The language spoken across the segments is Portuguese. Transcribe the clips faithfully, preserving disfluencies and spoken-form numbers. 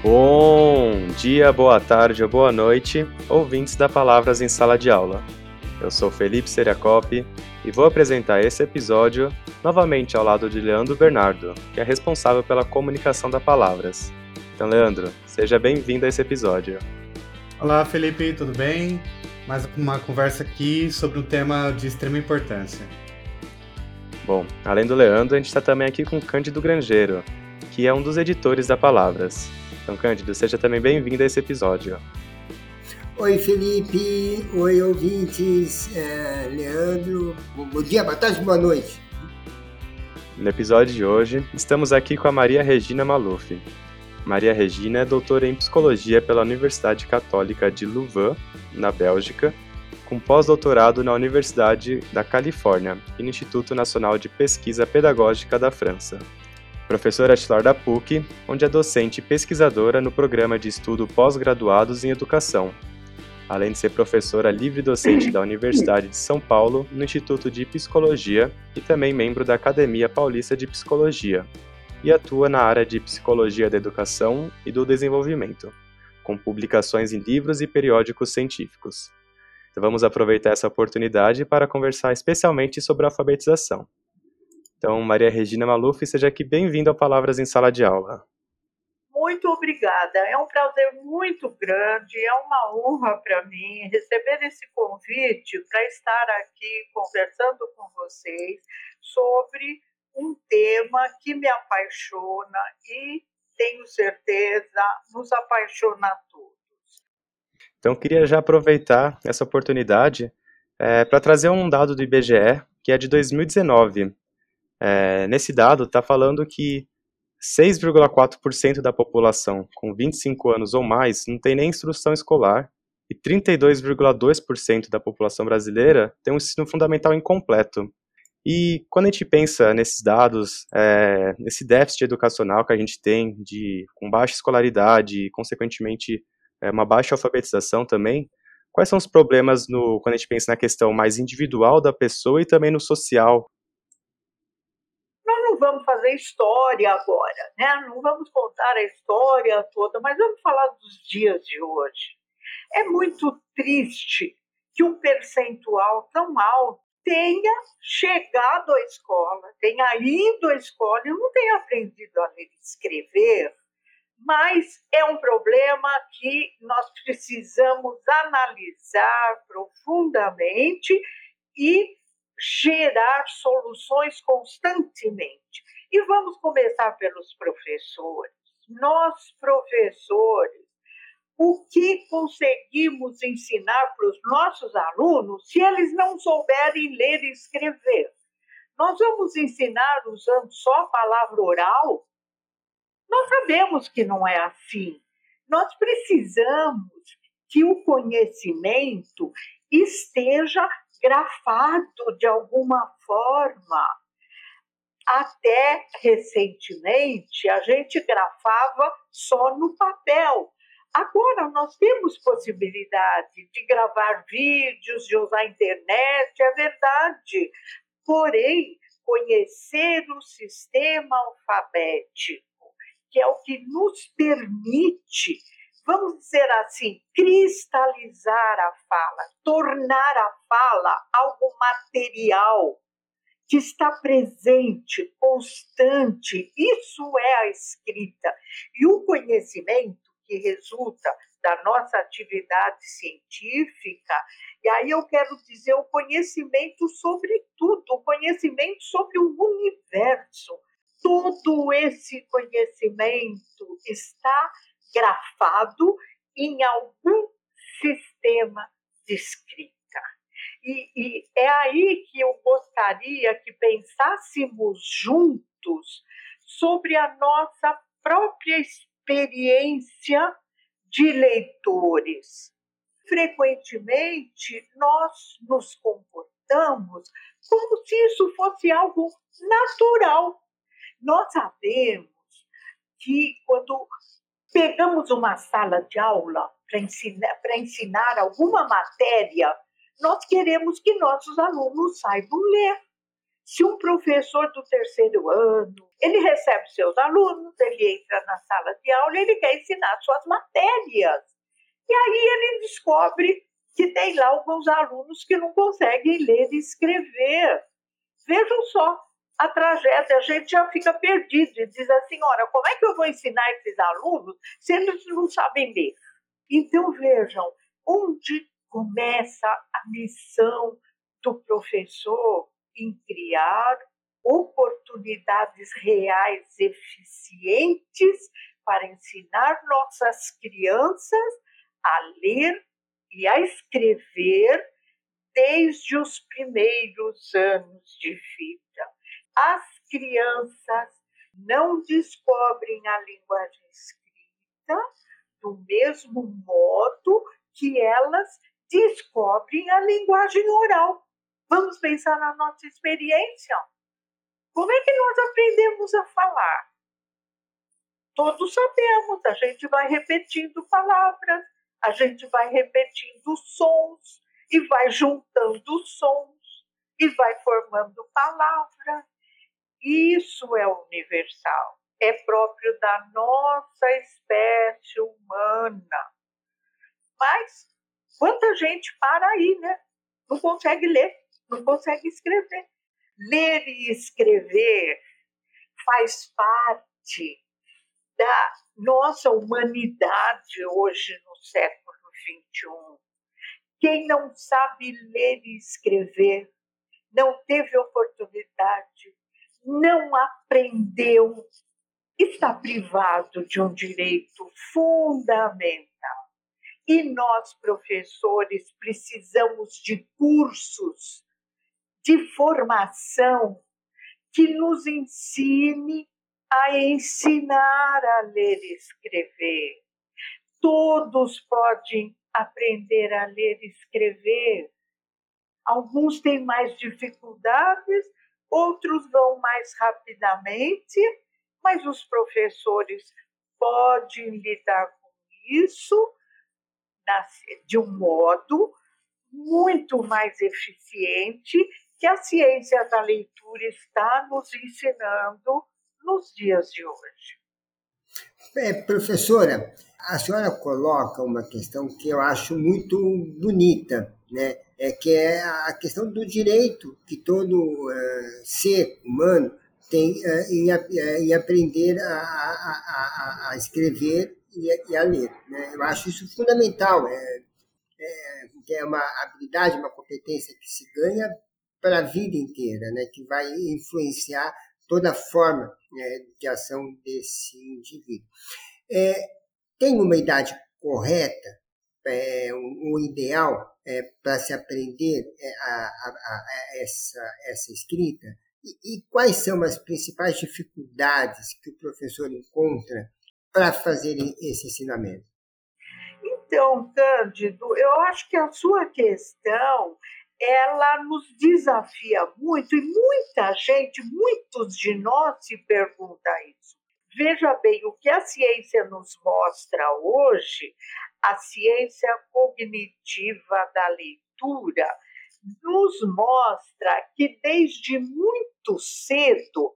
Bom dia, boa tarde ou boa noite, ouvintes da Palavras em Sala de Aula. Eu sou Felipe Seriacopi e vou apresentar esse episódio novamente ao lado de Leandro Bernardo, que é responsável pela comunicação da Palavras. Então, Leandro, seja bem-vindo a esse episódio. Olá, Felipe, tudo bem? Mais uma conversa aqui sobre um tema de extrema importância. Bom, além do Leandro, a gente está também aqui com Cândido Grangeiro, que é um dos editores da Palavras. Então, Cândido, seja também bem-vindo a esse episódio. Oi, Felipe. Oi, ouvintes. É, Leandro. Bom dia, boa tarde, boa noite. No episódio de hoje, estamos aqui com a Maria Regina Maluf. Maria Regina é doutora em Psicologia pela Universidade Católica de Louvain, na Bélgica, com pós-doutorado na Universidade da Califórnia e no Instituto Nacional de Pesquisa Pedagógica da França. Professora titular da P U C, onde é docente e pesquisadora no programa de estudo pós-graduados em educação, além de ser professora livre-docente da Universidade de São Paulo no Instituto de Psicologia e também membro da Academia Paulista de Psicologia, e atua na área de Psicologia da Educação e do Desenvolvimento, com publicações em livros e periódicos científicos. Então vamos aproveitar essa oportunidade para conversar especialmente sobre a alfabetização. Então, Maria Regina Maluf, seja aqui bem-vinda ao Palavras em Sala de Aula. Muito obrigada, é um prazer muito grande, é uma honra para mim receber esse convite para estar aqui conversando com vocês sobre um tema que me apaixona e, tenho certeza, nos apaixona a todos. Então, eu queria já aproveitar essa oportunidade é, para trazer um dado do I B G E, que é de dois mil e dezenove. É, nesse dado está falando que seis vírgula quatro por cento da população com vinte e cinco anos ou mais não tem nem instrução escolar e trinta e dois vírgula dois por cento da população brasileira tem um ensino fundamental incompleto. E quando a gente pensa nesses dados, é, nesse déficit educacional que a gente tem, de, com baixa escolaridade e, consequentemente, é, uma baixa alfabetização também, quais são os problemas no, quando a gente pensa na questão mais individual da pessoa e também no social? Não vamos fazer história agora, né? Não vamos contar a história toda, mas vamos falar dos dias de hoje. É muito triste que um percentual tão alto tenha chegado à escola, tenha ido à escola e não tenha aprendido a ler e escrever, mas é um problema que nós precisamos analisar profundamente e gerar soluções constantemente. E vamos começar pelos professores. Nós, professores, o que conseguimos ensinar para os nossos alunos se eles não souberem ler e escrever? Nós vamos ensinar usando só a palavra oral? Nós sabemos que não é assim. Nós precisamos que o conhecimento esteja grafado de alguma forma. Até recentemente, a gente grafava só no papel. Agora, nós temos possibilidade de gravar vídeos, de usar a internet, é verdade. Porém, conhecer o sistema alfabético, que é o que nos permite, vamos dizer assim, cristalizar a fala, tornar a fala algo material, que está presente, constante. Isso é a escrita. E o conhecimento que resulta da nossa atividade científica, e aí eu quero dizer o conhecimento sobre tudo, o conhecimento sobre o universo. Todo esse conhecimento está grafado em algum sistema de escrita. E, e é aí que eu gostaria que pensássemos juntos sobre a nossa própria experiência de leitores. Frequentemente, nós nos comportamos como se isso fosse algo natural. Nós sabemos que quando pegamos uma sala de aula para ensinar, para ensinar alguma matéria, nós queremos que nossos alunos saibam ler. Se um professor do terceiro ano, ele recebe seus alunos, ele entra na sala de aula, ele quer ensinar suas matérias. E aí ele descobre que tem lá alguns alunos que não conseguem ler e escrever. Vejam só a tragédia, a gente já fica perdido e diz assim, ora, como é que eu vou ensinar esses alunos se eles não sabem ler? Então vejam, onde começa a missão do professor em criar oportunidades reais eficientes para ensinar nossas crianças a ler e a escrever desde os primeiros anos de vida. As crianças não descobrem a linguagem escrita do mesmo modo que elas descobrem a linguagem oral. Vamos pensar na nossa experiência. Como é que nós aprendemos a falar? Todos sabemos, a gente vai repetindo palavras, a gente vai repetindo sons e vai juntando sons e vai formando palavras. Isso é universal, é próprio da nossa espécie humana. Mas quanta gente para aí, né? Não consegue ler, não consegue escrever. Ler e escrever faz parte da nossa humanidade hoje no século vinte e um. Quem não sabe ler e escrever, não teve oportunidade, não aprendeu, está privado de um direito fundamental. E nós, professores, precisamos de cursos de formação que nos ensine a ensinar a ler e escrever. Todos podem aprender a ler e escrever. Alguns têm mais dificuldades, outros vão mais rapidamente, mas os professores podem lidar com isso de um modo muito mais eficiente que a ciência da leitura está nos ensinando nos dias de hoje. É, professora, a senhora coloca uma questão que eu acho muito bonita, né? É que é a questão do direito que todo uh, ser humano tem uh, em, uh, em aprender a, a, a, a escrever e a, e a ler, né? Eu acho isso fundamental, é, é, é uma habilidade, uma competência que se ganha para a vida inteira, né? Que vai influenciar toda a forma, né, de ação desse indivíduo. É, tem uma idade correta, é, um, um ideal é, para se aprender a, a, a essa, essa escrita? E, e quais são as principais dificuldades que o professor encontra para fazer esse ensinamento? Então, Cândido, eu acho que a sua questão ela nos desafia muito e muita gente, muitos de nós se perguntam isso. Veja bem, o que a ciência nos mostra hoje, a ciência cognitiva da leitura, nos mostra que desde muito cedo,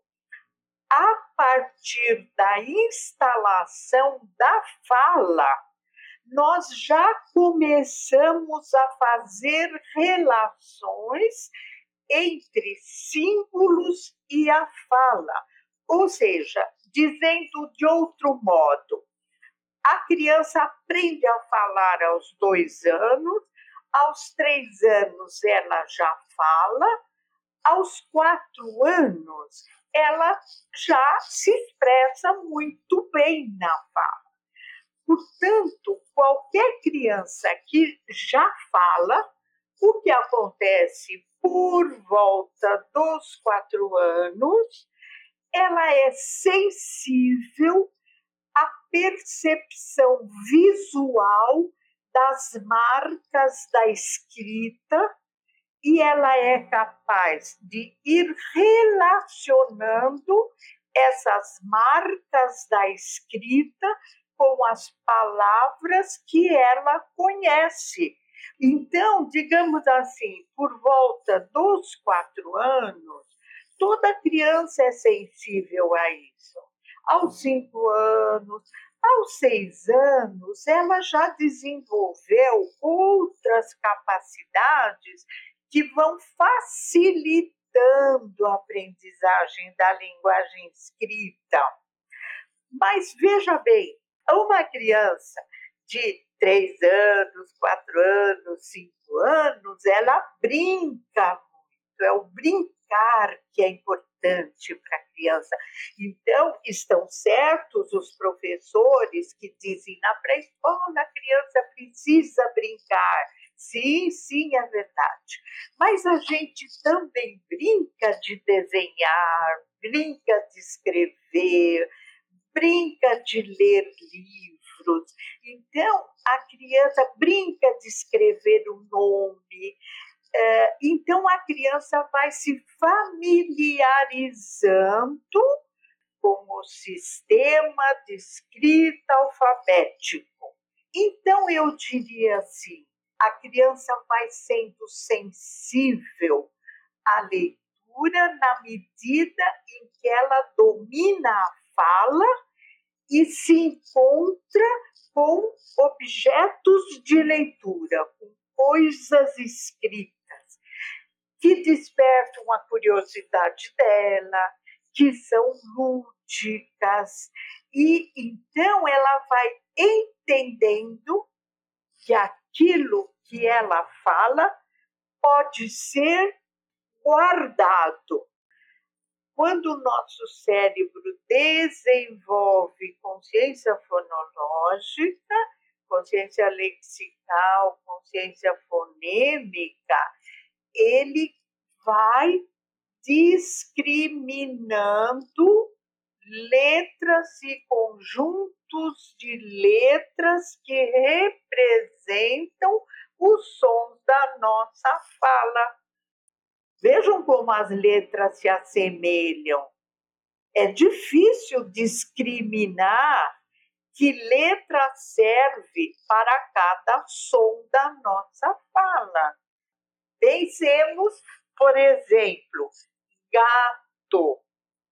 a partir da instalação da fala, nós já começamos a fazer relações entre símbolos e a fala. Ou seja, dizendo de outro modo, a criança aprende a falar aos dois anos, aos três anos ela já fala, aos quatro anos ela já se expressa muito bem na fala. Portanto, qualquer criança que já fala, o que acontece por volta dos quatro anos, ela é sensível à percepção visual das marcas da escrita e ela é capaz de ir relacionando essas marcas da escrita com as palavras que ela conhece. Então, digamos assim, por volta dos quatro anos, toda criança é sensível a isso. aos cinco anos, aos seis anos, ela já desenvolveu outras capacidades que vão facilitando a aprendizagem da linguagem escrita. Mas veja bem, uma criança de três anos, quatro anos, cinco anos, ela brinca muito, é o brincar que é importante para a criança. Então, estão certos os professores que dizem na pré-escola a criança precisa brincar. Sim, sim, é verdade. Mas a gente também brinca de desenhar, brinca de escrever, brinca de ler livros. Então, a criança brinca de escrever o nome. Então, a criança vai se familiarizando com o sistema de escrita alfabético. Então, eu diria assim, a criança vai sendo sensível à leitura na medida em que ela domina a fala e se encontra com objetos de leitura, com coisas escritas, que despertam a curiosidade dela, que são lúdicas, e então ela vai entendendo que aquilo que ela fala pode ser guardado. Quando o nosso cérebro desenvolve consciência fonológica, consciência lexical, consciência fonêmica, ele vai discriminando letras e conjuntos de letras que representam os sons da nossa fala. Vejam como as letras se assemelham. É difícil discriminar que letra serve para cada som da nossa fala. Pensemos, por exemplo, gato,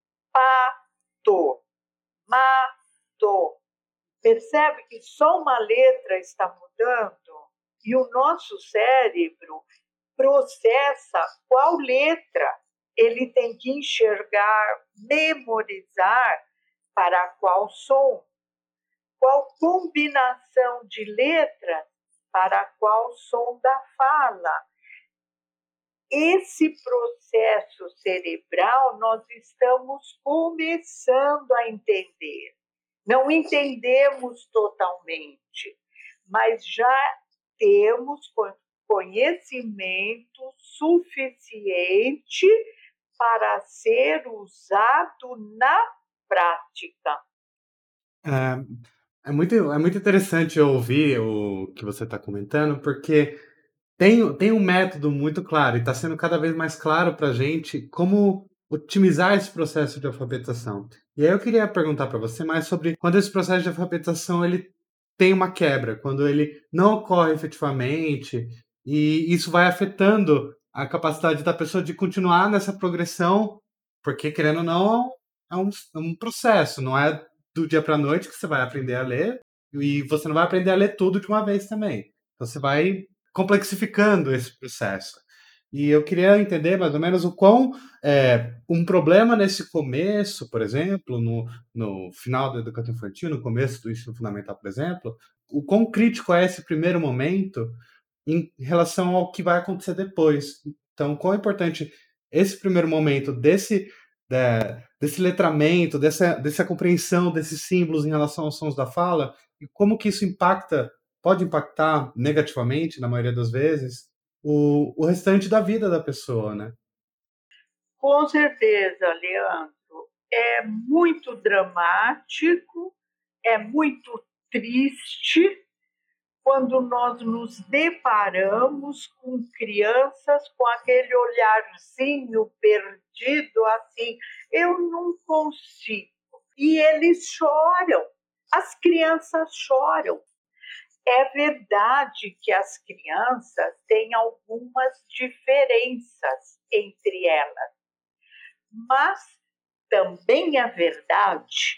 pato, mato. Percebe que só uma letra está mudando? E o nosso cérebro processa qual letra ele tem que enxergar, memorizar para qual som, qual combinação de letras para qual som da fala. Esse processo cerebral nós estamos começando a entender. Não entendemos totalmente, mas já temos conhecimento suficiente para ser usado na prática. É, é, muito, é muito interessante ouvir o que você está comentando, porque tem, tem um método muito claro e está sendo cada vez mais claro para a gente como otimizar esse processo de alfabetização. E aí eu queria perguntar para você mais sobre quando esse processo de alfabetização ele tem uma quebra, quando ele não ocorre efetivamente, e isso vai afetando a capacidade da pessoa de continuar nessa progressão, porque, querendo ou não, é um, é um processo, não é do dia para a noite que você vai aprender a ler, e você não vai aprender a ler tudo de uma vez também. Então você vai complexificando esse processo. E eu queria entender mais ou menos o quão é, um problema nesse começo, por exemplo, no, no final da educação infantil, no começo do ensino fundamental, por exemplo, o quão crítico é esse primeiro momento em relação ao que vai acontecer depois. Então, quão é importante esse primeiro momento desse, de, desse letramento, dessa, dessa compreensão desses símbolos em relação aos sons da fala, e como que isso impacta, pode impactar negativamente, na maioria das vezes, o, o restante da vida da pessoa, né? Com certeza, Leandro. É muito dramático, é muito triste quando nós nos deparamos com crianças com aquele olharzinho perdido, assim, eu não consigo. E eles choram, as crianças choram. É verdade que as crianças têm algumas diferenças entre elas, mas também é verdade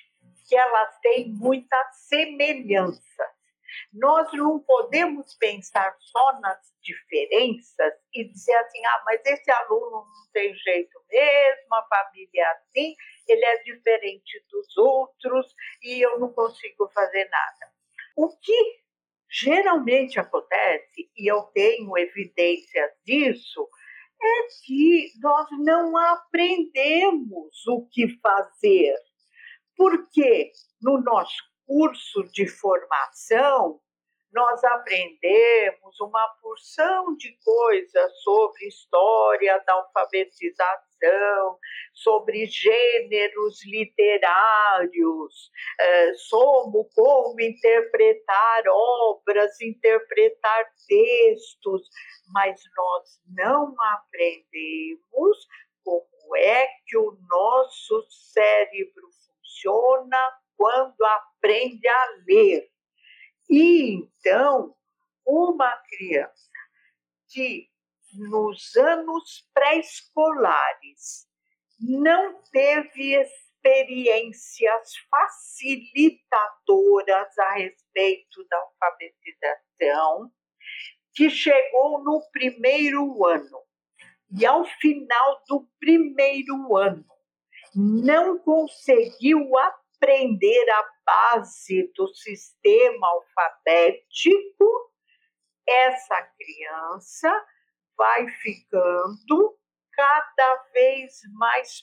que elas têm muitas semelhanças. Nós não podemos pensar só nas diferenças e dizer assim, ah, mas esse aluno não tem jeito mesmo, a família é assim, ele é diferente dos outros e eu não consigo fazer nada. O que geralmente acontece, e eu tenho evidências disso, é que nós não aprendemos o que fazer. Porque no nosso curso de formação, nós aprendemos uma porção de coisas sobre história da alfabetização, sobre gêneros literários, sobre como interpretar obras, interpretar textos, mas nós não aprendemos como é que o nosso cérebro funciona quando aprende a ler. E então, uma criança que nos anos pré-escolares não teve experiências facilitadoras a respeito da alfabetização, que chegou no primeiro ano e ao final do primeiro ano não conseguiu aprender a base do sistema alfabético, essa criança vai ficando cada vez mais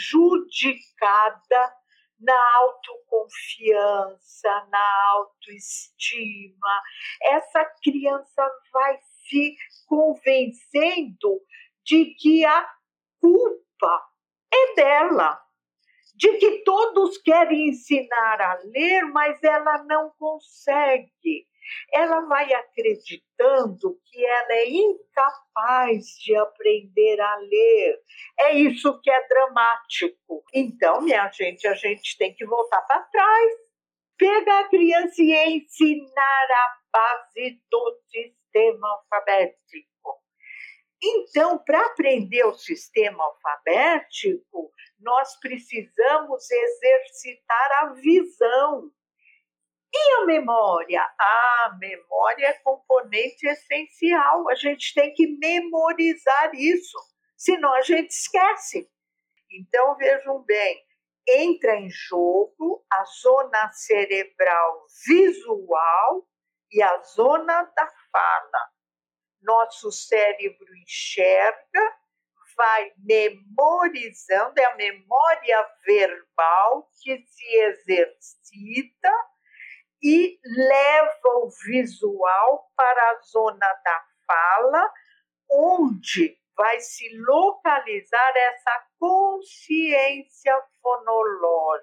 prejudicada na autoconfiança, na autoestima. Essa criança vai se convencendo de que a culpa é dela, de que todos querem ensinar a ler, mas ela não consegue. Ela vai acreditando que ela é incapaz de aprender a ler. É isso que é dramático. Então, minha gente, a gente tem que voltar para trás, pegar a criança e ensinar a base do sistema alfabético. Então, para aprender o sistema alfabético, nós precisamos exercitar a visão. E a memória? A memória é componente essencial. A gente tem que memorizar isso, senão a gente esquece. Então, vejam bem, entra em jogo a zona cerebral visual e a zona da fala. Nosso cérebro enxerga, vai memorizando, é a memória verbal que se exercita e leva o visual para a zona da fala, onde vai se localizar essa consciência fonológica.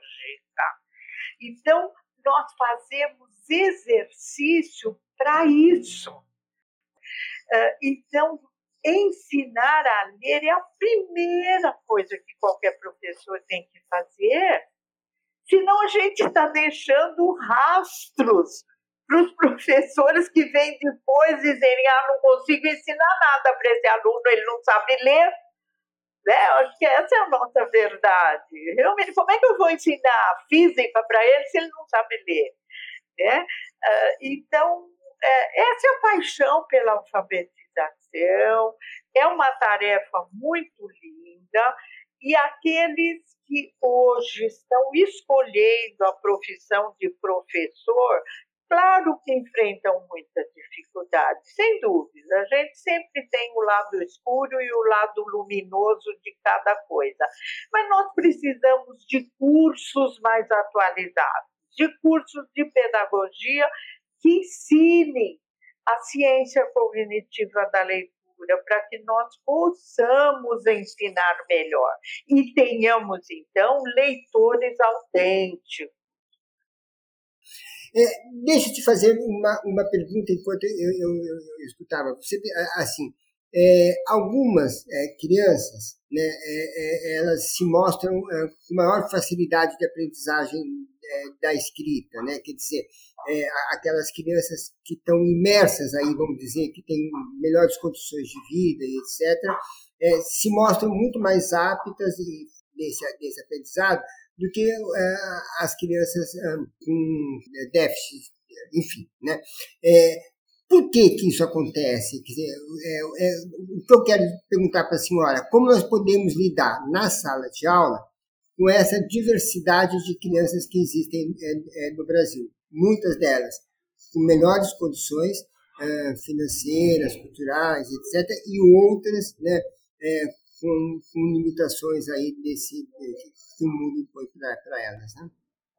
Então, nós fazemos exercício para isso. Então, ensinar a ler é a primeira coisa que qualquer professor tem que fazer, senão a gente está deixando rastros para os professores que vêm depois dizerem, ah, não consigo ensinar nada para esse aluno, ele não sabe ler. Né? Eu acho que essa é a nossa verdade. Realmente, como é que eu vou ensinar física para ele se ele não sabe ler? Né? Então, essa é a paixão pela alfabetização, é uma tarefa muito linda, e aqueles que hoje estão escolhendo a profissão de professor, claro que enfrentam muitas dificuldades, sem dúvida. A gente sempre tem o lado escuro e o lado luminoso de cada coisa, mas nós precisamos de cursos mais atualizados, de cursos de pedagogia que ensinem a ciência cognitiva da leitura, para que nós possamos ensinar melhor e tenhamos, então, leitores autênticos. É, deixa eu te fazer uma, uma pergunta enquanto eu, eu, eu, eu escutava. Você, assim, é, algumas é, crianças, né, é, é, elas se mostram é, com maior facilidade de aprendizagem é, da escrita, né? Quer dizer, é, aquelas crianças que estão imersas aí, vamos dizer, que têm melhores condições de vida e etcétera, é, se mostram muito mais aptas nesse, nesse aprendizado do que uh, as crianças uh, com déficit, enfim, né? É, por que que isso acontece? Quer dizer, é, é, o que eu quero perguntar para a senhora, como nós podemos lidar na sala de aula com essa diversidade de crianças que existem é, é, no Brasil? Muitas delas com menores condições uh, financeiras, culturais, etcétera, e outras, né, é, com, com limitações aí desse, desse que o mundo impõe para elas, né?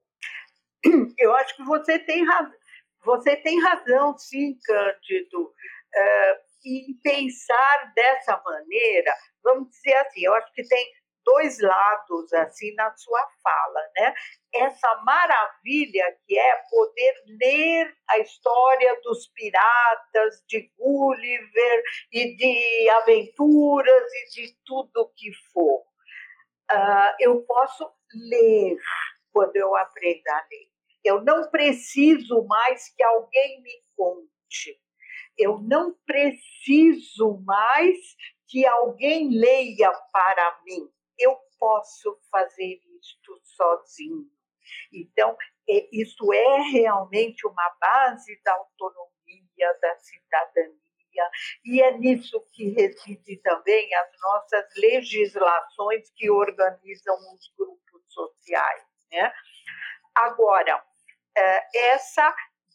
Eu acho que você tem razão. Você tem razão, sim, Cândido, uh, em pensar dessa maneira. Vamos dizer assim, eu acho que tem dois lados assim na sua fala, né? Essa maravilha que é poder ler a história dos piratas, de Gulliver e de aventuras e de tudo que for. Uh, eu posso ler quando eu aprendo a ler. Eu não preciso mais que alguém me conte. Eu não preciso mais que alguém leia para mim. Eu posso fazer isto sozinho. Então, isso é realmente uma base da autonomia, da cidadania, e é nisso que reside também as nossas legislações que organizam os grupos sociais, né? Agora, essa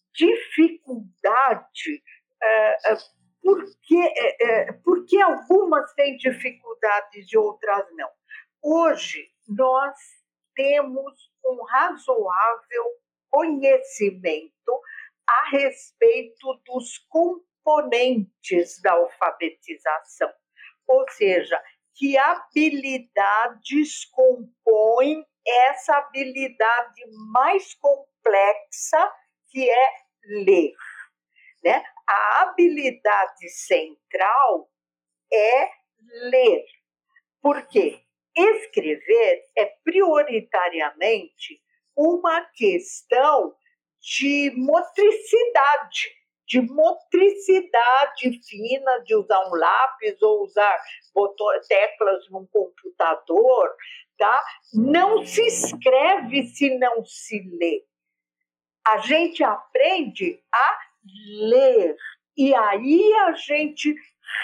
dificuldade, por que, por que algumas têm dificuldades e outras não? Hoje, nós temos um razoável conhecimento a respeito dos componentes da alfabetização, ou seja, que habilidades compõem essa habilidade mais complexa que é ler, né? A habilidade central é ler. Por quê? Escrever é prioritariamente uma questão de motricidade, de motricidade fina, de usar um lápis ou usar botões, teclas num computador, tá? Não se escreve se não se lê. A gente aprende a ler e aí a gente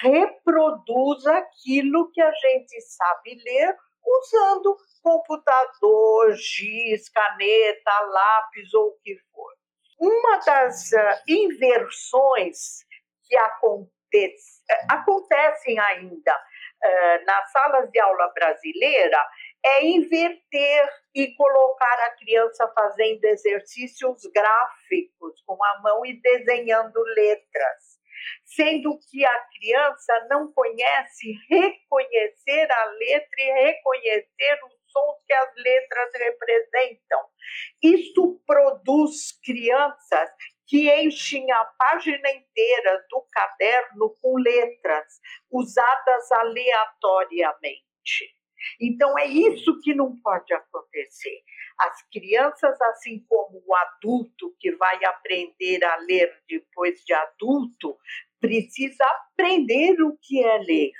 reproduz aquilo que a gente sabe ler usando computador, giz, caneta, lápis ou o que for. Uma das uh, inversões que acontece, acontecem ainda uh, nas salas de aula brasileira é inverter e colocar a criança fazendo exercícios gráficos com a mão e desenhando letras, sendo que a criança não conhece reconhecer a letra e reconhecer os sons que as letras representam. Isto produz crianças que enchem a página inteira do caderno com letras usadas aleatoriamente. Então, é isso que não pode acontecer. As crianças, assim como o adulto que vai aprender a ler depois de adulto, precisa aprender o que é ler.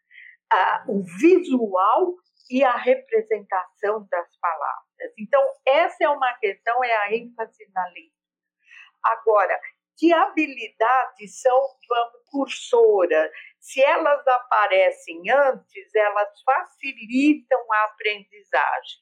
Ah, o visual e a representação das palavras. Então, essa é uma questão, é a ênfase na leitura. Agora, que habilidades são, vamos, cursoras? Se elas aparecem antes, elas facilitam a aprendizagem.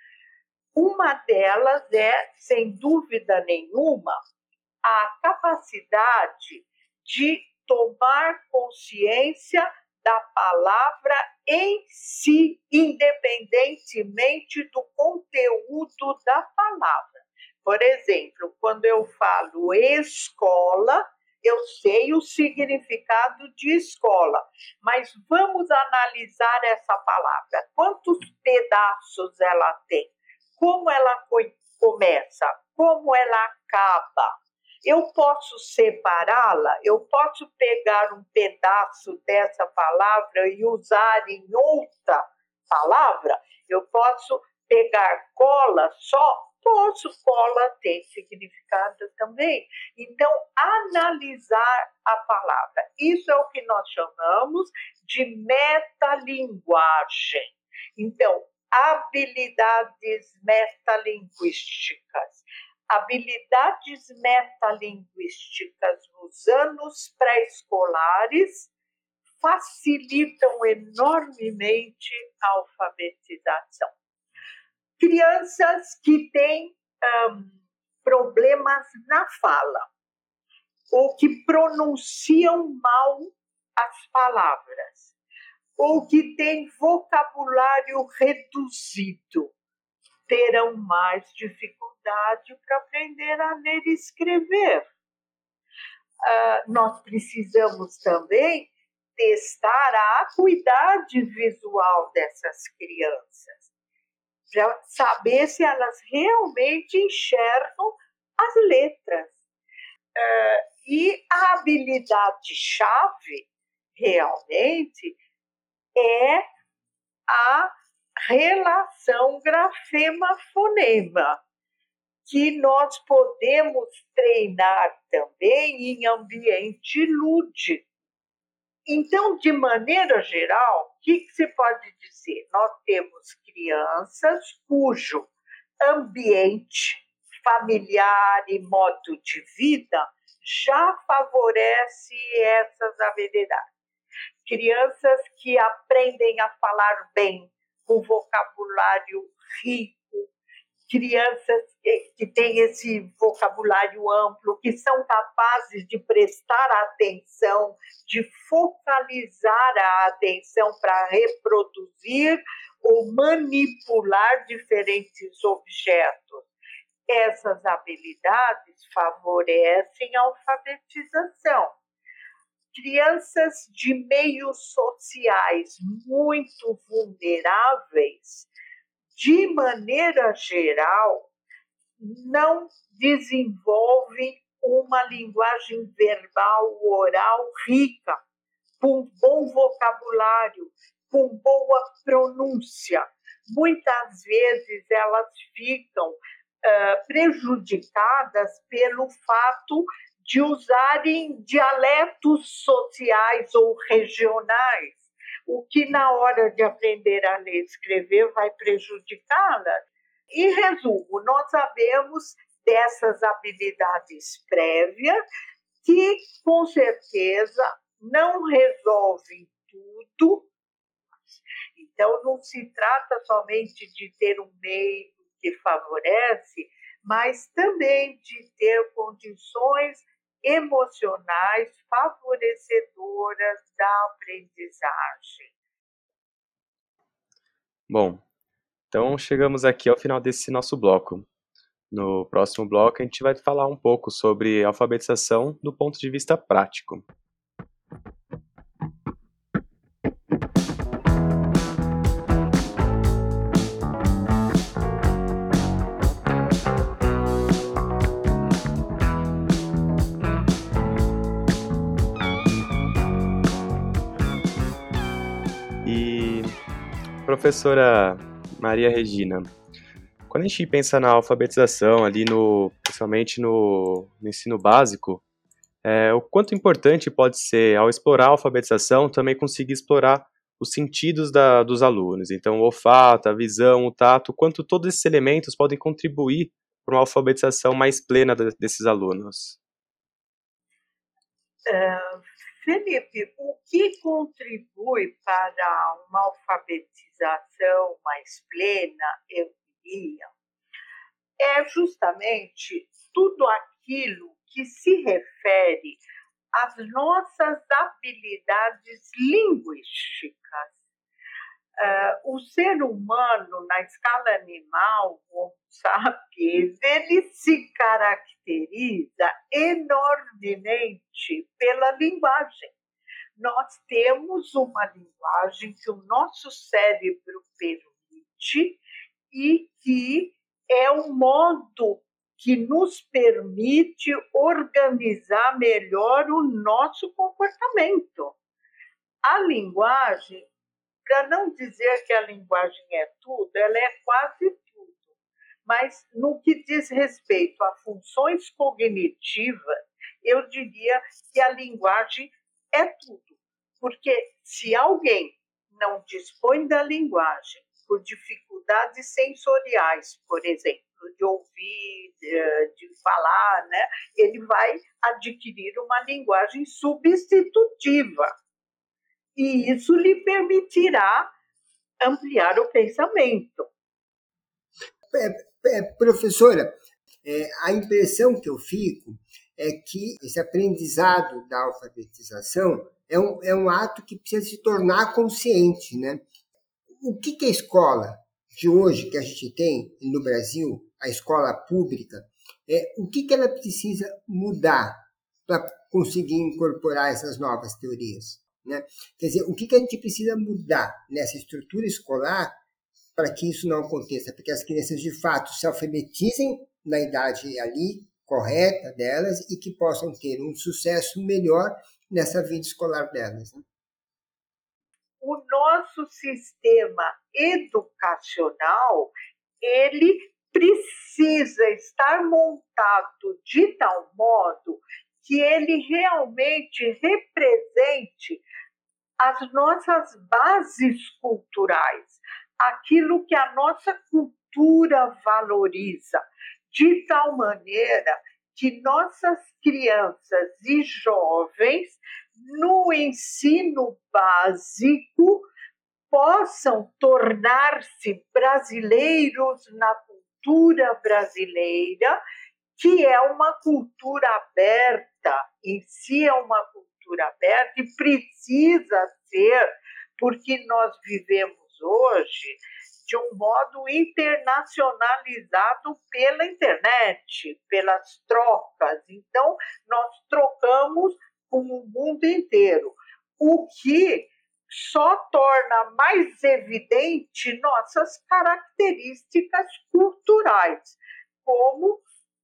Uma delas é, sem dúvida nenhuma, a capacidade de tomar consciência da palavra em si, independentemente do conteúdo da palavra. Por exemplo, quando eu falo escola, eu sei o significado de escola, mas vamos analisar essa palavra. Quantos pedaços ela tem? Como ela começa? Como ela acaba? Eu posso separá-la? Eu posso pegar um pedaço dessa palavra e usar em outra palavra? Eu posso pegar cola só? Posso, cola tem significado também. Então, analisar a palavra. Isso é o que nós chamamos de metalinguagem. Então, habilidades metalinguísticas. Habilidades metalinguísticas nos anos pré-escolares facilitam enormemente a alfabetização. Crianças que têm um, problemas na fala, ou que pronunciam mal as palavras, ou que têm vocabulário reduzido, terão mais dificuldade para aprender a ler e escrever. Uh, nós precisamos também testar a acuidade visual dessas crianças, para saber se elas realmente enxergam as letras. Uh, e a habilidade-chave, realmente, é a relação grafema-fonema, que nós podemos treinar também em ambiente lúdico. Então, de maneira geral, o que, que se pode dizer? Nós temos crianças cujo ambiente familiar e modo de vida já favorece essas habilidades. Crianças que aprendem a falar bem, com vocabulário rico, crianças que, que têm esse vocabulário amplo, que são capazes de prestar atenção, de focalizar a atenção para reproduzir ou manipular diferentes objetos. Essas habilidades favorecem a alfabetização. Crianças de meios sociais muito vulneráveis, de maneira geral, não desenvolvem uma linguagem verbal oral rica, com bom vocabulário, com boa pronúncia. Muitas vezes elas ficam uh, prejudicadas pelo fato de usarem dialetos sociais ou regionais, o que na hora de aprender a ler e escrever vai prejudicá-las. Em resumo, nós sabemos dessas habilidades prévias que, com certeza, não resolvem tudo. Então, não se trata somente de ter um meio que favorece, mas também de ter condições emocionais favorecedoras da aprendizagem. Bom, então chegamos aqui ao final desse nosso bloco. No próximo bloco a gente vai falar um pouco sobre alfabetização do ponto de vista prático. Professora Maria Regina, quando a gente pensa na alfabetização ali, no, principalmente no, no ensino básico, é, o quanto importante pode ser, ao explorar a alfabetização, também conseguir explorar os sentidos da, dos alunos. Então, o olfato, a visão, o tato, quanto todos esses elementos podem contribuir para uma alfabetização mais plena de, desses alunos. Uh... Felipe, o que contribui para uma alfabetização mais plena, eu diria, é justamente tudo aquilo que se refere às nossas habilidades linguísticas. Uh, o ser humano, na escala animal, Homo sapiens, ele se caracteriza enormemente pela linguagem. Nós temos uma linguagem que o nosso cérebro permite e que é o modo que nos permite organizar melhor o nosso comportamento. A linguagem, para não dizer que a linguagem é tudo, ela é quase tudo. Mas no que diz respeito a funções cognitivas, eu diria que a linguagem é tudo. Porque se alguém não dispõe da linguagem por dificuldade dificuldades sensoriais, por exemplo, de ouvir, de falar, né? Ele vai adquirir uma linguagem substitutiva. E isso lhe permitirá ampliar o pensamento. É, é, professora, é, a impressão que eu fico é que esse aprendizado da alfabetização é um, é um ato que precisa se tornar consciente, né? O que, que a escola de hoje que a gente tem no Brasil, a escola pública, é, o que, que ela precisa mudar para conseguir incorporar essas novas teorias, né? Quer dizer, o que, que a gente precisa mudar nessa estrutura escolar para que isso não aconteça, para que as crianças de fato se alfabetizem na idade ali correta delas e que possam ter um sucesso melhor nessa vida escolar delas, né? O nosso sistema educacional, ele precisa estar montado de tal modo que ele realmente represente as nossas bases culturais, aquilo que a nossa cultura valoriza, de tal maneira que nossas crianças e jovens, no ensino básico, possam tornar-se brasileiros na cultura brasileira, que é uma cultura aberta, em si é uma cultura aberta e precisa ser, porque nós vivemos hoje de um modo internacionalizado pela internet, pelas trocas. Então, nós trocamos com o mundo inteiro, o que só torna mais evidente nossas características culturais, como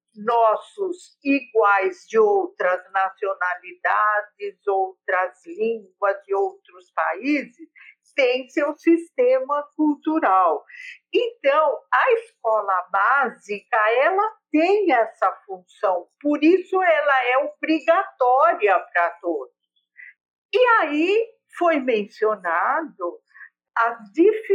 nossos iguais de outras nacionalidades, outras línguas de outros países, têm seu sistema cultural. Então, a escola básica, ela tem essa função, por isso ela é obrigatória para todos. E aí foi mencionado as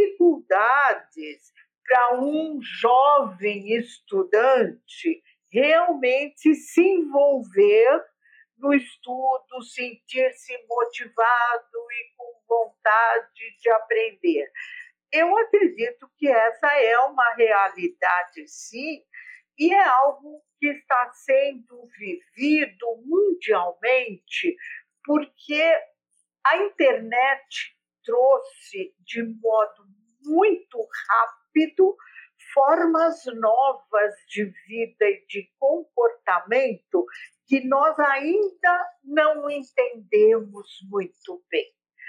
dificuldades para um jovem estudante realmente se envolver no estudo, sentir-se motivado e com vontade de aprender. Eu acredito que essa é uma realidade, sim, e é algo que está sendo vivido mundialmente, porque a internet trouxe de modo muito rápido formas novas de vida e de comportamento que nós ainda não entendemos muito bem.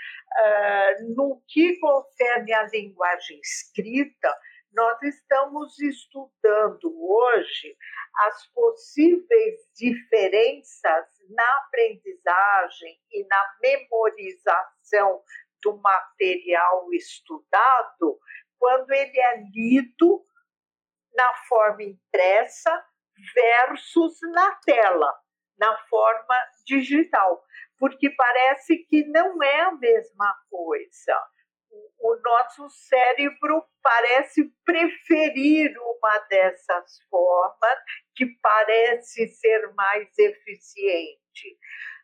Uh, no que concerne a linguagem escrita, nós estamos estudando hoje as possíveis diferenças na aprendizagem e na memorização do material estudado quando ele é lido na forma impressa versus na tela, na forma digital, porque parece que não é a mesma coisa. O nosso cérebro parece preferir uma dessas formas, que parece ser mais eficiente.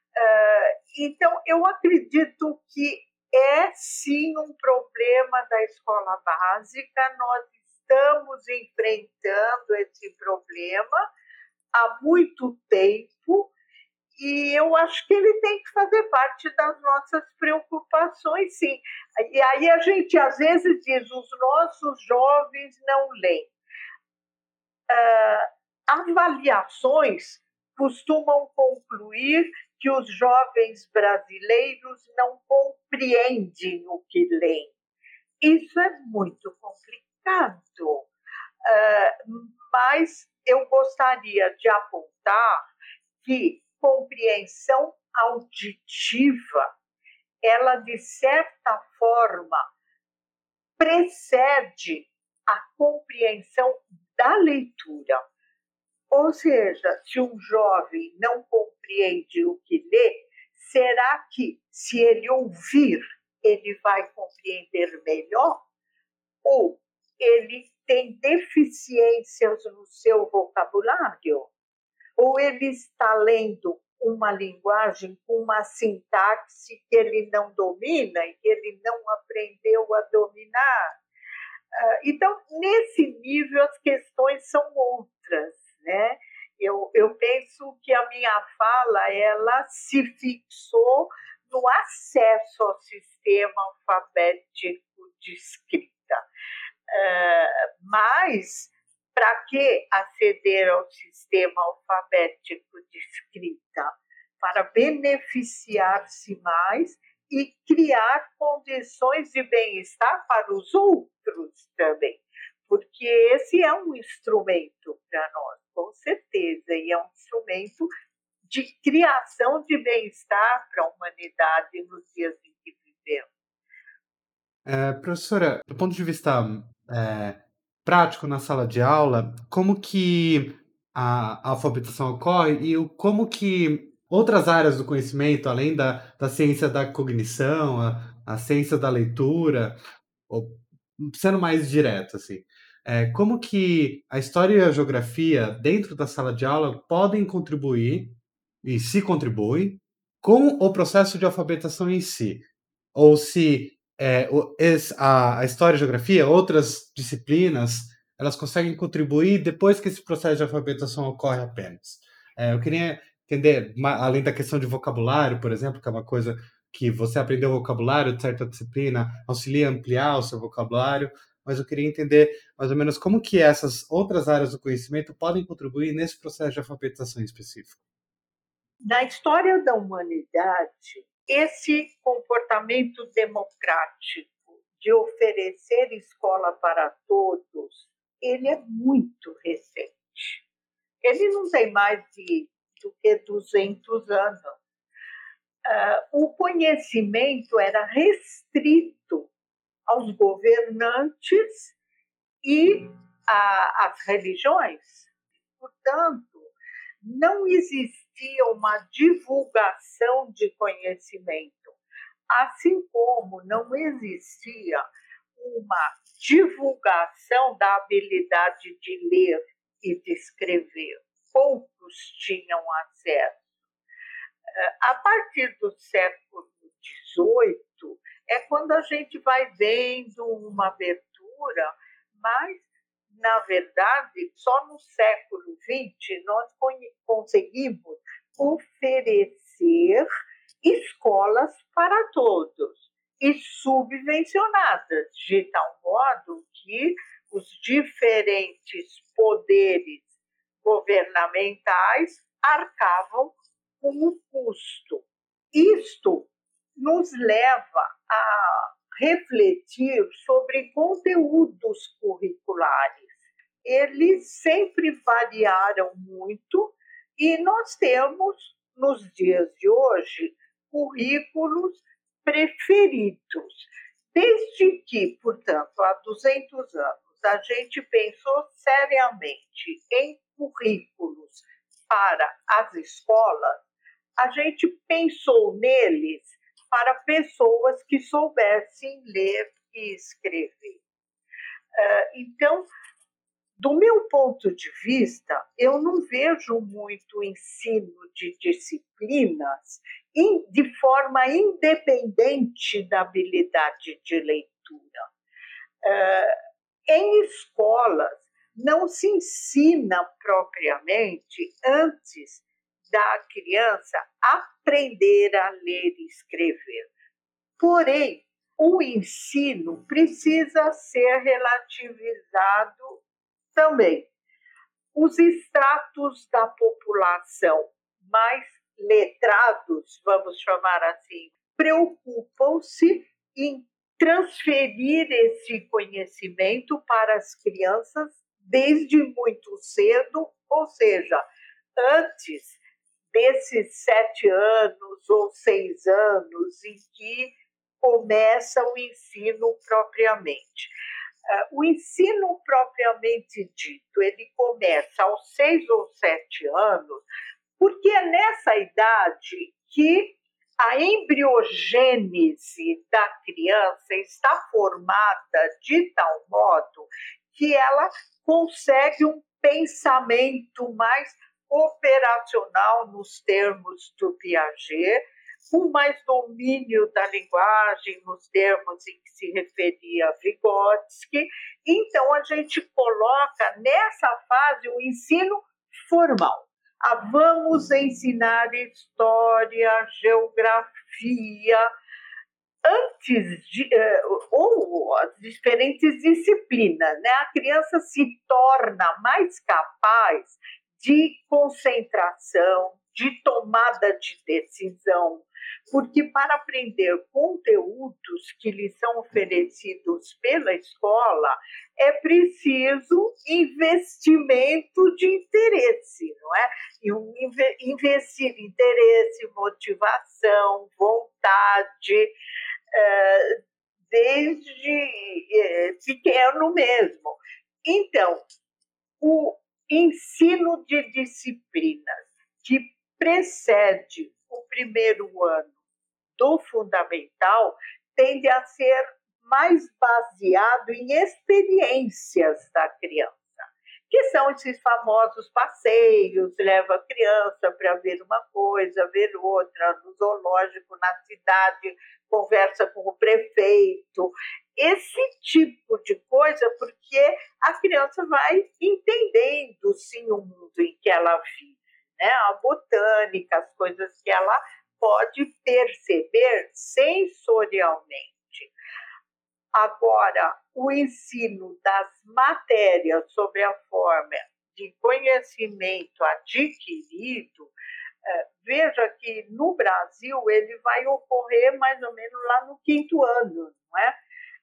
Então, eu acredito que é sim um problema da escola básica, nós estamos enfrentando esse problema há muito tempo, e eu acho que ele tem que fazer parte das nossas preocupações, sim. E aí a gente, às vezes, diz, os nossos jovens não leem. Uh, avaliações costumam concluir que os jovens brasileiros não compreendem o que leem. Isso é muito complicado. Uh, mas eu gostaria de apontar que compreensão auditiva, ela, de certa forma, precede a compreensão da leitura. Ou seja, se um jovem não compreende o que lê, será que, se ele ouvir, ele vai compreender melhor? Ou ele tem deficiências no seu vocabulário? Ou ele está lendo uma linguagem com uma sintaxe que ele não domina e que ele não aprendeu a dominar? Então, nesse nível, as questões são outras, né? Eu, eu penso que a minha fala ela se fixou no acesso ao sistema alfabético de escrita. Uh, mas, para que aceder ao sistema alfabético de escrita? Para beneficiar-se mais e criar condições de bem-estar para os outros também, porque esse é um instrumento para nós, com certeza, e é um instrumento de criação de bem-estar para a humanidade nos dias em que vivemos. É, professora, do ponto de vista é, prático na sala de aula, como que a, a alfabetização ocorre e o, como que outras áreas do conhecimento, além da, da ciência da cognição, a, a ciência da leitura, ou, sendo mais direto, assim, é, como que a história e a geografia dentro da sala de aula podem contribuir, e se contribuem, com o processo de alfabetização em si? Ou se é, o, es, a, a história e a geografia, outras disciplinas, elas conseguem contribuir depois que esse processo de alfabetização ocorre apenas. É, eu queria entender, além da questão de vocabulário, por exemplo, que é uma coisa que você aprendeu vocabulário de certa disciplina, auxilia a ampliar o seu vocabulário, mas eu queria entender mais ou menos como que essas outras áreas do conhecimento podem contribuir nesse processo de alfabetização específico. Na história da humanidade, esse comportamento democrático de oferecer escola para todos, ele é muito recente. Ele não tem mais de, do que duzentos anos. Uh, o conhecimento era restrito aos governantes e às religiões. Portanto, não existia uma divulgação de conhecimento, assim como não existia uma divulgação da habilidade de ler e de escrever. Poucos tinham acesso. A partir do século dezoito, é quando a gente vai vendo uma abertura, mas, na verdade, só no século vinte nós conseguimos oferecer escolas para todos e subvencionadas, de tal modo que os diferentes poderes governamentais arcavam com o custo. Isto nos leva a refletir sobre conteúdos curriculares. Eles sempre variaram muito e nós temos, nos dias de hoje, currículos preferidos. Desde que, portanto, há duzentos anos, a gente pensou seriamente em currículos para as escolas, a gente pensou neles para pessoas que soubessem ler e escrever. Então, do meu ponto de vista, eu não vejo muito ensino de disciplinas de forma independente da habilidade de leitura. Em escolas, não se ensina propriamente antes da criança aprender a ler e escrever. Porém, o ensino precisa ser relativizado também. Os estratos da população mais letrados, vamos chamar assim, preocupam-se em transferir esse conhecimento para as crianças desde muito cedo, ou seja, antes desses sete anos ou seis anos em que começa o ensino propriamente. Uh, o ensino propriamente dito, ele começa aos seis ou sete anos, porque é nessa idade que a embriogênese da criança está formada de tal modo que ela consegue um pensamento mais operacional nos termos do Piaget, com mais domínio da linguagem nos termos em que se referia Vygotsky. Então, a gente coloca nessa fase o ensino formal. Ah, vamos ensinar história, geografia, antes de, ou as diferentes disciplinas, né? A criança se torna mais capaz de concentração, de tomada de decisão, porque para aprender conteúdos que lhe são oferecidos pela escola, é preciso investimento de interesse, não é? E um, investir interesse, motivação, vontade, desde pequeno mesmo. Então, o ensino de disciplinas que precede o primeiro ano do fundamental tende a ser mais baseado em experiências da criança, que são esses famosos passeios, leva a criança para ver uma coisa, ver outra, no zoológico, na cidade, conversa com o prefeito, esse tipo de coisa, porque a criança vai entendendo, sim, o mundo em que ela vive, né? A botânica, as coisas que ela pode perceber sensorialmente. Agora, o ensino das matérias sobre a forma de conhecimento adquirido, veja que no Brasil ele vai ocorrer mais ou menos lá no quinto ano, não é?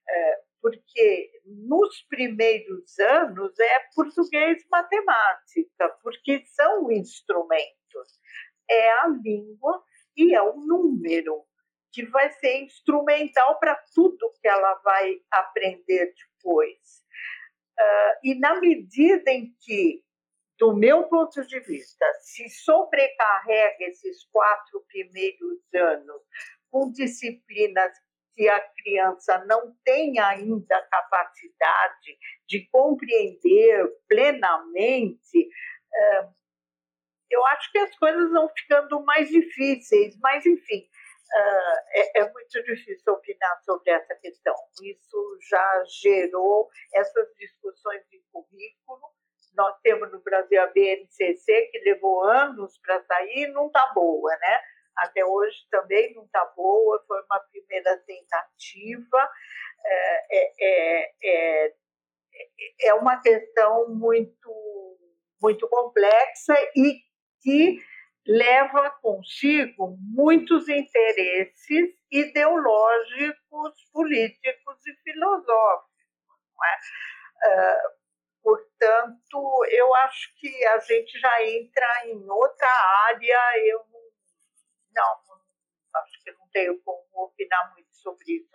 Porque nos primeiros anos é português e matemática, porque são instrumentos, é a língua e é o número, que vai ser instrumental para tudo que ela vai aprender depois. Uh, e na medida em que, do meu ponto de vista, se sobrecarrega esses quatro primeiros anos com disciplinas que a criança não tem ainda capacidade de compreender plenamente, uh, eu acho que as coisas vão ficando mais difíceis, mas, enfim, Uh, é, é muito difícil opinar sobre essa questão. Isso já gerou essas discussões de currículo. Nós temos no Brasil a B N C C, que levou anos para sair e não está boa, né? Até hoje também não está boa, foi uma primeira tentativa. É, é, é, é uma questão muito, muito complexa e que leva consigo muitos interesses ideológicos, políticos e filosóficos. Não é? Uh, portanto, eu acho que a gente já entra em outra área. Eu não, não acho que não tenho como opinar muito sobre isso,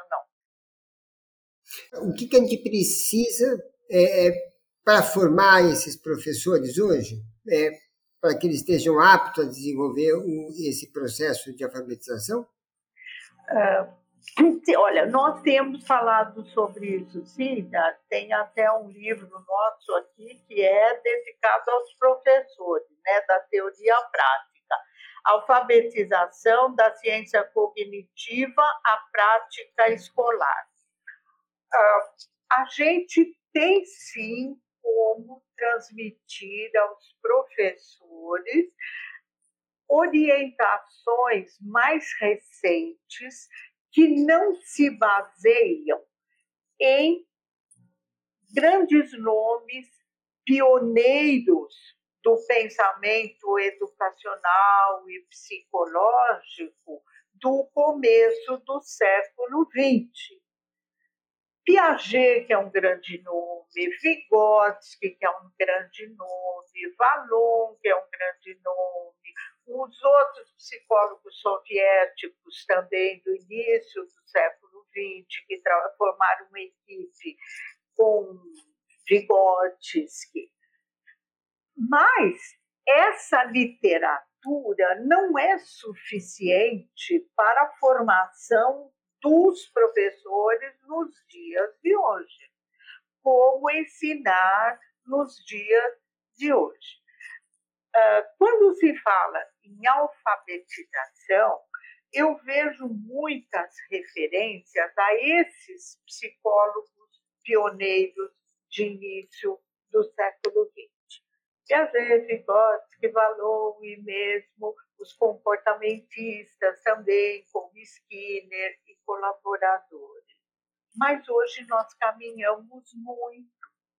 não. O que, que a gente precisa é, é, para formar esses professores hoje? É, para que eles estejam aptos a desenvolver o, esse processo de alfabetização? Uh, olha, nós temos falado sobre isso, sim, né? Tem até um livro nosso aqui que é dedicado aos professores, né, da teoria prática. Alfabetização da ciência cognitiva à prática escolar. Uh, a gente tem, sim, como transmitir aos professores orientações mais recentes que não se baseiam em grandes nomes pioneiros do pensamento educacional e psicológico do começo do século vinte. Piaget, que é um grande nome, Vygotsky, que é um grande nome, Vallon, que é um grande nome, os outros psicólogos soviéticos também do início do século vinte, que formaram uma equipe com Vygotsky. Mas essa literatura leitura não é suficiente para a formação dos professores nos dias de hoje. Como ensinar nos dias de hoje? Quando se fala em alfabetização, eu vejo muitas referências a esses psicólogos pioneiros de início do século vinte. Piaget, Vygotsky, Vallon e mesmo os comportamentistas também, como Skinner e colaboradores. Mas hoje nós caminhamos muito.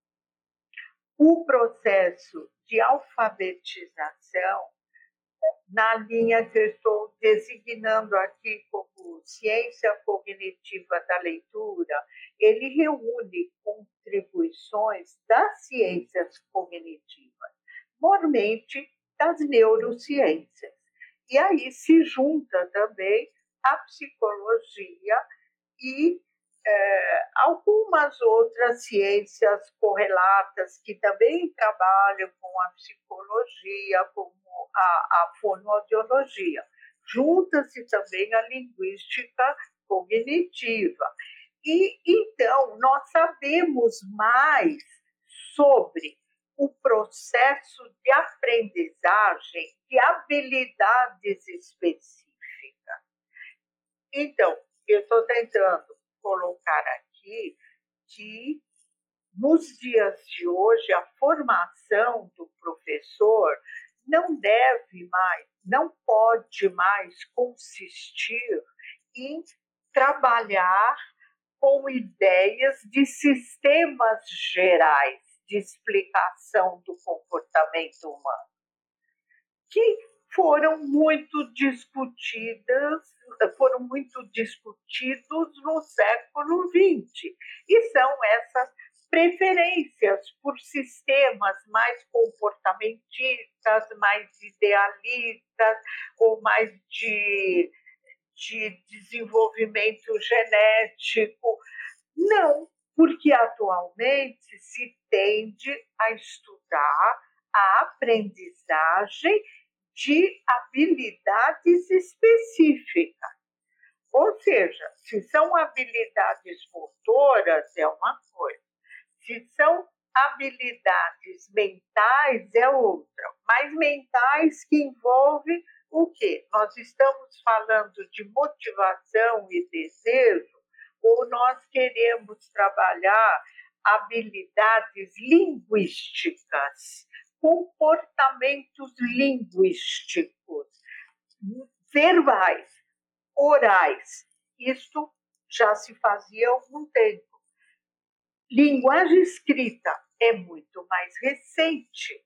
O processo de alfabetização, na linha que eu estou designando aqui como ciência cognitiva da leitura, ele reúne contribuições das ciências cognitivas, normalmente das neurociências. E aí se junta também a psicologia e É, algumas outras ciências correlatas que também trabalham com a psicologia, como a, a fonoaudiologia. Junta-se também a linguística cognitiva. E, então, nós sabemos mais sobre o processo de aprendizagem de habilidades específicas. Então, eu estou tentando colocar aqui que nos dias de hoje a formação do professor não deve mais, não pode mais consistir em trabalhar com ideias de sistemas gerais de explicação do comportamento humano, que foram muito discutidas, foram muito discutidos no século vinte. E são essas preferências por sistemas mais comportamentistas, mais idealistas, ou mais de, de desenvolvimento genético. Não, porque atualmente se tende a estudar a aprendizagem de habilidades específicas. Ou seja, se são habilidades motoras, é uma coisa. Se são habilidades mentais, é outra. Mas mentais que envolvem o quê? Nós estamos falando de motivação e desejo, ou nós queremos trabalhar habilidades linguísticas, comportamentos linguísticos, verbais, orais. Isto já se fazia há algum tempo. Linguagem escrita é muito mais recente.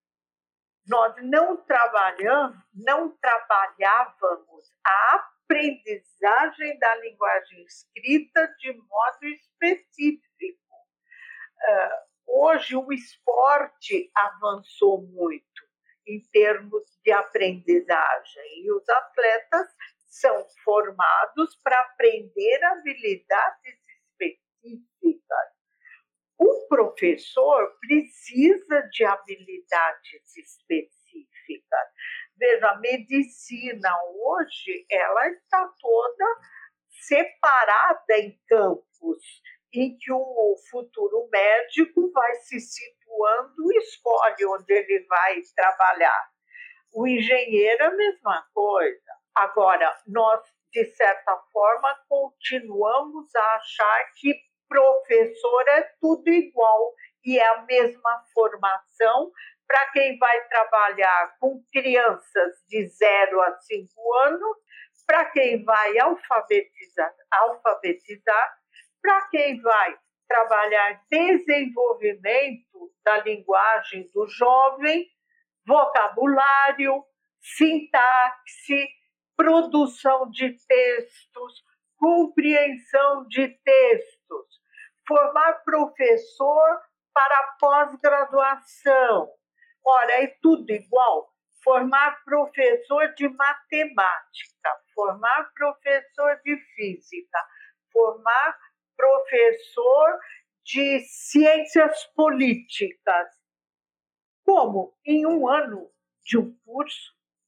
Nós não trabalhamos, não trabalhávamos a aprendizagem da linguagem escrita de modo específico. Uh, Hoje, o esporte avançou muito em termos de aprendizagem e os atletas são formados para aprender habilidades específicas. O professor precisa de habilidades específicas. Veja, a medicina hoje ela está toda separada em campos, em que o futuro médico vai se situando e escolhe onde ele vai trabalhar. O engenheiro é a mesma coisa. Agora, nós, de certa forma, continuamos a achar que professor é tudo igual e é a mesma formação para quem vai trabalhar com crianças de zero a cinco anos, para quem vai alfabetizar, alfabetizar para quem vai trabalhar desenvolvimento da linguagem do jovem, vocabulário, sintaxe, produção de textos, compreensão de textos, formar professor para pós-graduação. Ora, é tudo igual. Formar professor de matemática, formar professor de física, formar professor de ciências políticas. Como? Em um ano de um curso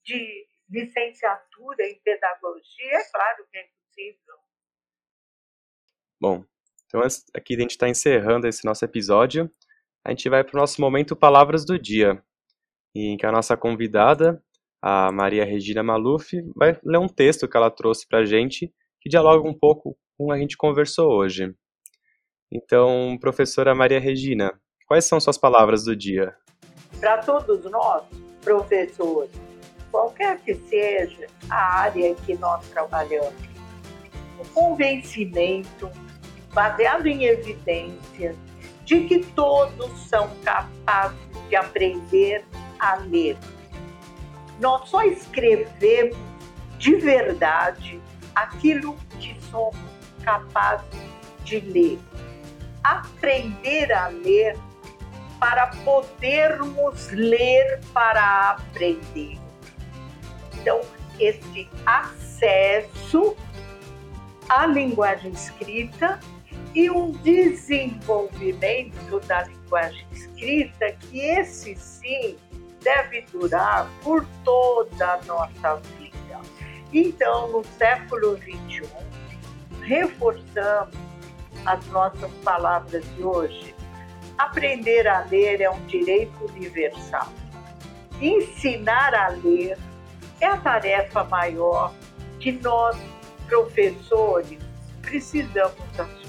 de licenciatura em pedagogia, é claro que é possível. Bom, então aqui a gente está encerrando esse nosso episódio. A gente vai para o nosso momento Palavras do Dia, em que a nossa convidada, a Maria Regina Maluf, vai ler um texto que ela trouxe para a gente, que dialoga um pouco com o que a gente conversou hoje. Então, professora Maria Regina, quais são suas palavras do dia? Para todos nós, professores, qualquer que seja a área em que nós trabalhamos, o convencimento, baseado em evidências, de que todos são capazes de aprender a ler. Nós só escrevemos de verdade aquilo que somos capazes de ler. Aprender a ler para podermos ler para aprender. Então, esse acesso à linguagem escrita e um desenvolvimento da linguagem escrita, que esse sim deve durar por toda a nossa vida. Então, no século vinte e um, reforçamos as nossas palavras de hoje. Aprender a ler é um direito universal. Ensinar a ler é a tarefa maior que nós, professores, precisamos assumir.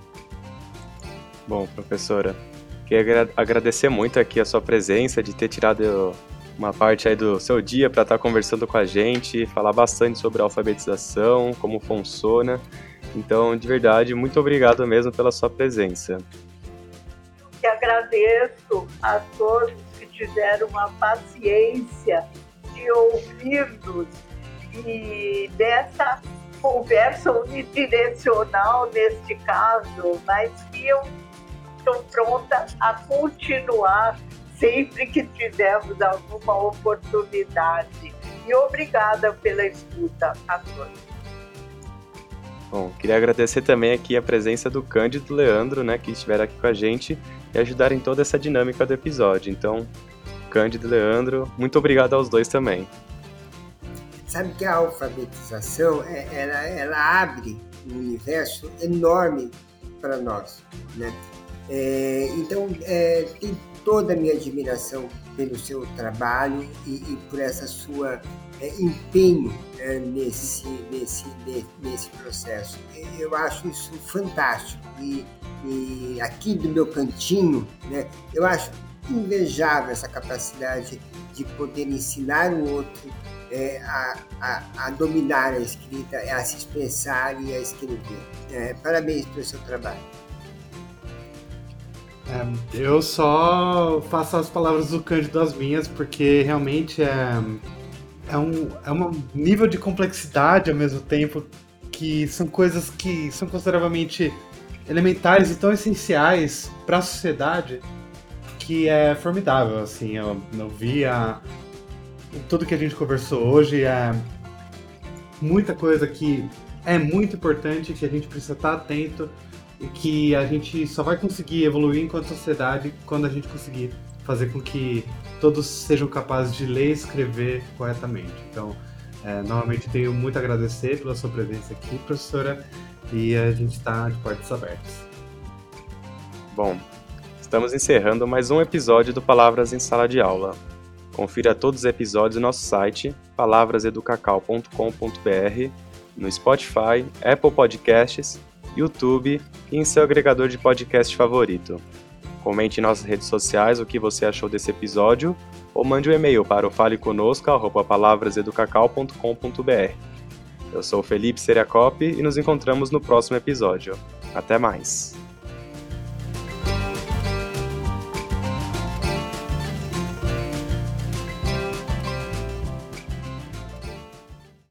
Bom, professora, queria agradecer muito aqui a sua presença, de ter tirado uma parte aí do seu dia para estar conversando com a gente, falar bastante sobre a alfabetização, como funciona. Então, de verdade, muito obrigado mesmo pela sua presença. Eu agradeço a todos que tiveram uma paciência de ouvir-nos e dessa conversa unidirecional neste caso, mas que eu estou pronta a continuar sempre que tivermos alguma oportunidade. E obrigada pela escuta a todos. Bom, queria agradecer também aqui a presença do Cândido e Leandro, né, que estiveram aqui com a gente e ajudaram em toda essa dinâmica do episódio. Então, Cândido e Leandro, muito obrigado aos dois também. Sabe que a alfabetização, ela, ela abre um universo enorme para nós, né? É, então, é, tem toda a minha admiração pelo seu trabalho e, e por essa sua é, empenho é, nesse, nesse, nesse processo. Eu acho isso fantástico e, e aqui do meu cantinho, né, eu acho invejável essa capacidade de poder ensinar o outro é, a, a, a dominar a escrita, a se expressar e a escrever. É, parabéns pelo seu trabalho. É, eu só faço as palavras do Cândido das minhas, porque realmente é, é, um, é um nível de complexidade ao mesmo tempo, que são coisas que são consideravelmente elementares e tão essenciais para a sociedade, que é formidável. Assim, eu, eu vi a, tudo que a gente conversou hoje, é muita coisa que é muito importante, que a gente precisa estar atento e que a gente só vai conseguir evoluir enquanto sociedade quando a gente conseguir fazer com que todos sejam capazes de ler e escrever corretamente. Então, é, novamente tenho muito a agradecer pela sua presença aqui, professora, e a gente está de portas abertas. Bom, estamos encerrando mais um episódio do Palavras em Sala de Aula. Confira todos os episódios no nosso site, palavras educacau ponto com ponto b r, no Spotify, Apple Podcasts, YouTube e em seu agregador de podcast favorito. Comente em nossas redes sociais o que você achou desse episódio ou mande um e-mail para o faleconosco arroba palavras educacau ponto com ponto b r. Eu sou o Felipe Seriacop e nos encontramos no próximo episódio. Até mais!